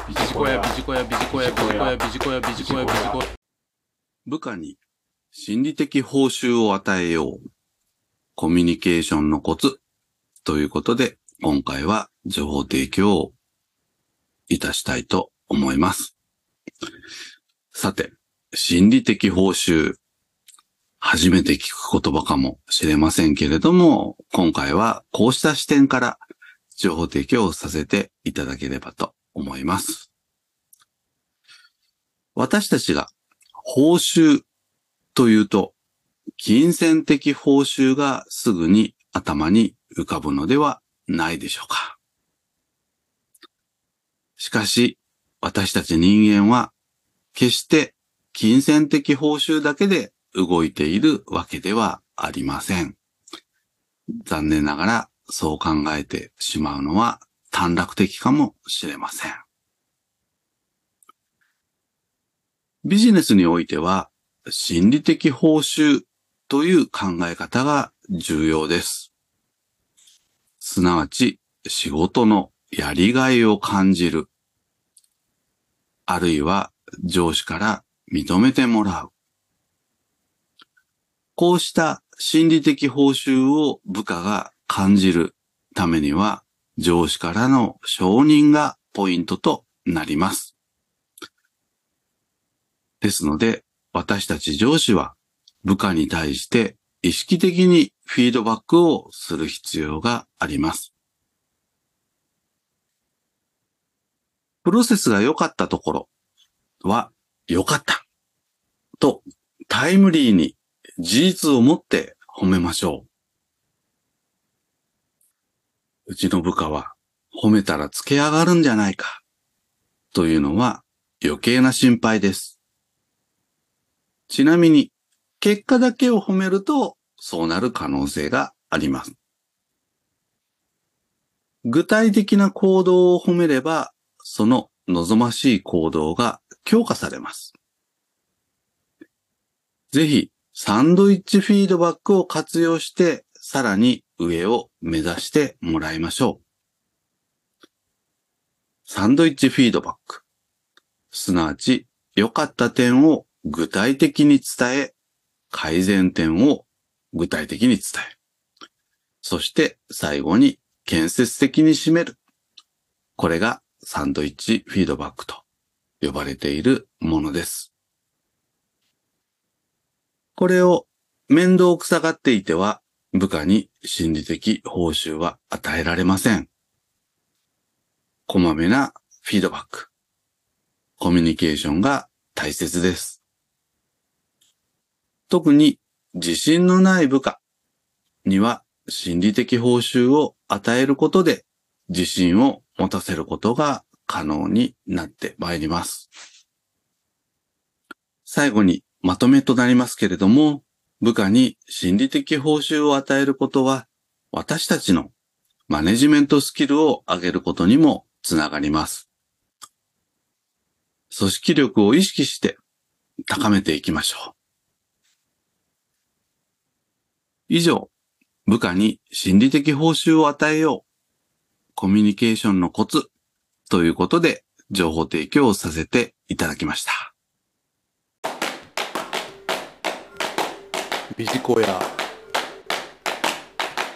ビジコヤ、ビジコヤ、ビジコヤ、ビジコヤ、ビジコヤ、ビジコヤ、ビジコヤ。 部下に心理的報酬を与えよう。コミュニケーションのコツ。ということで、今回は情報提供をいたしたいと思います。さて、心理的報酬。初めて聞く言葉かもしれませんけれども、今回はこうした視点から情報提供をさせていただければと思います。私たちが報酬というと、金銭的報酬がすぐに頭に浮かぶのではないでしょうか。しかし、私たち人間は決して金銭的報酬だけで動いているわけではありません。残念ながらそう考えてしまうのは短絡的かもしれません。ビジネスにおいては心理的報酬という考え方が重要です。すなわち仕事のやりがいを感じる。あるいは上司から認めてもらう。こうした心理的報酬を部下が感じるためには、上司からの承認がポイントとなります。ですので、私たち上司は部下に対して意識的にフィードバックをする必要があります。プロセスが良かったところは良かったとタイムリーに事実をもって褒めましょう。うちの部下は褒めたらつけ上がるんじゃないかというのは余計な心配です。ちなみに結果だけを褒めるとそうなる可能性があります。具体的な行動を褒めればその望ましい行動が強化されます。ぜひサンドイッチフィードバックを活用してさらに上を目指してもらいましょう。サンドイッチフィードバック。すなわち良かった点を具体的に伝え、改善点を具体的に伝え、そして最後に建設的に締める。これがサンドイッチフィードバックと呼ばれているものです。これを面倒くさがっていては部下に心理的報酬は与えられません。こまめなフィードバック、コミュニケーションが大切です。特に自信のない部下には心理的報酬を与えることで自信を持たせることが可能になってまいります。最後にまとめとなりますけれども、部下に心理的報酬を与えることは私たちのマネジメントスキルを上げることにもつながります。組織力を意識して高めていきましょう。以上、部下に心理的報酬を与えよう。コミュニケーションのコツということで情報提供をさせていただきました。 ビジコヤ。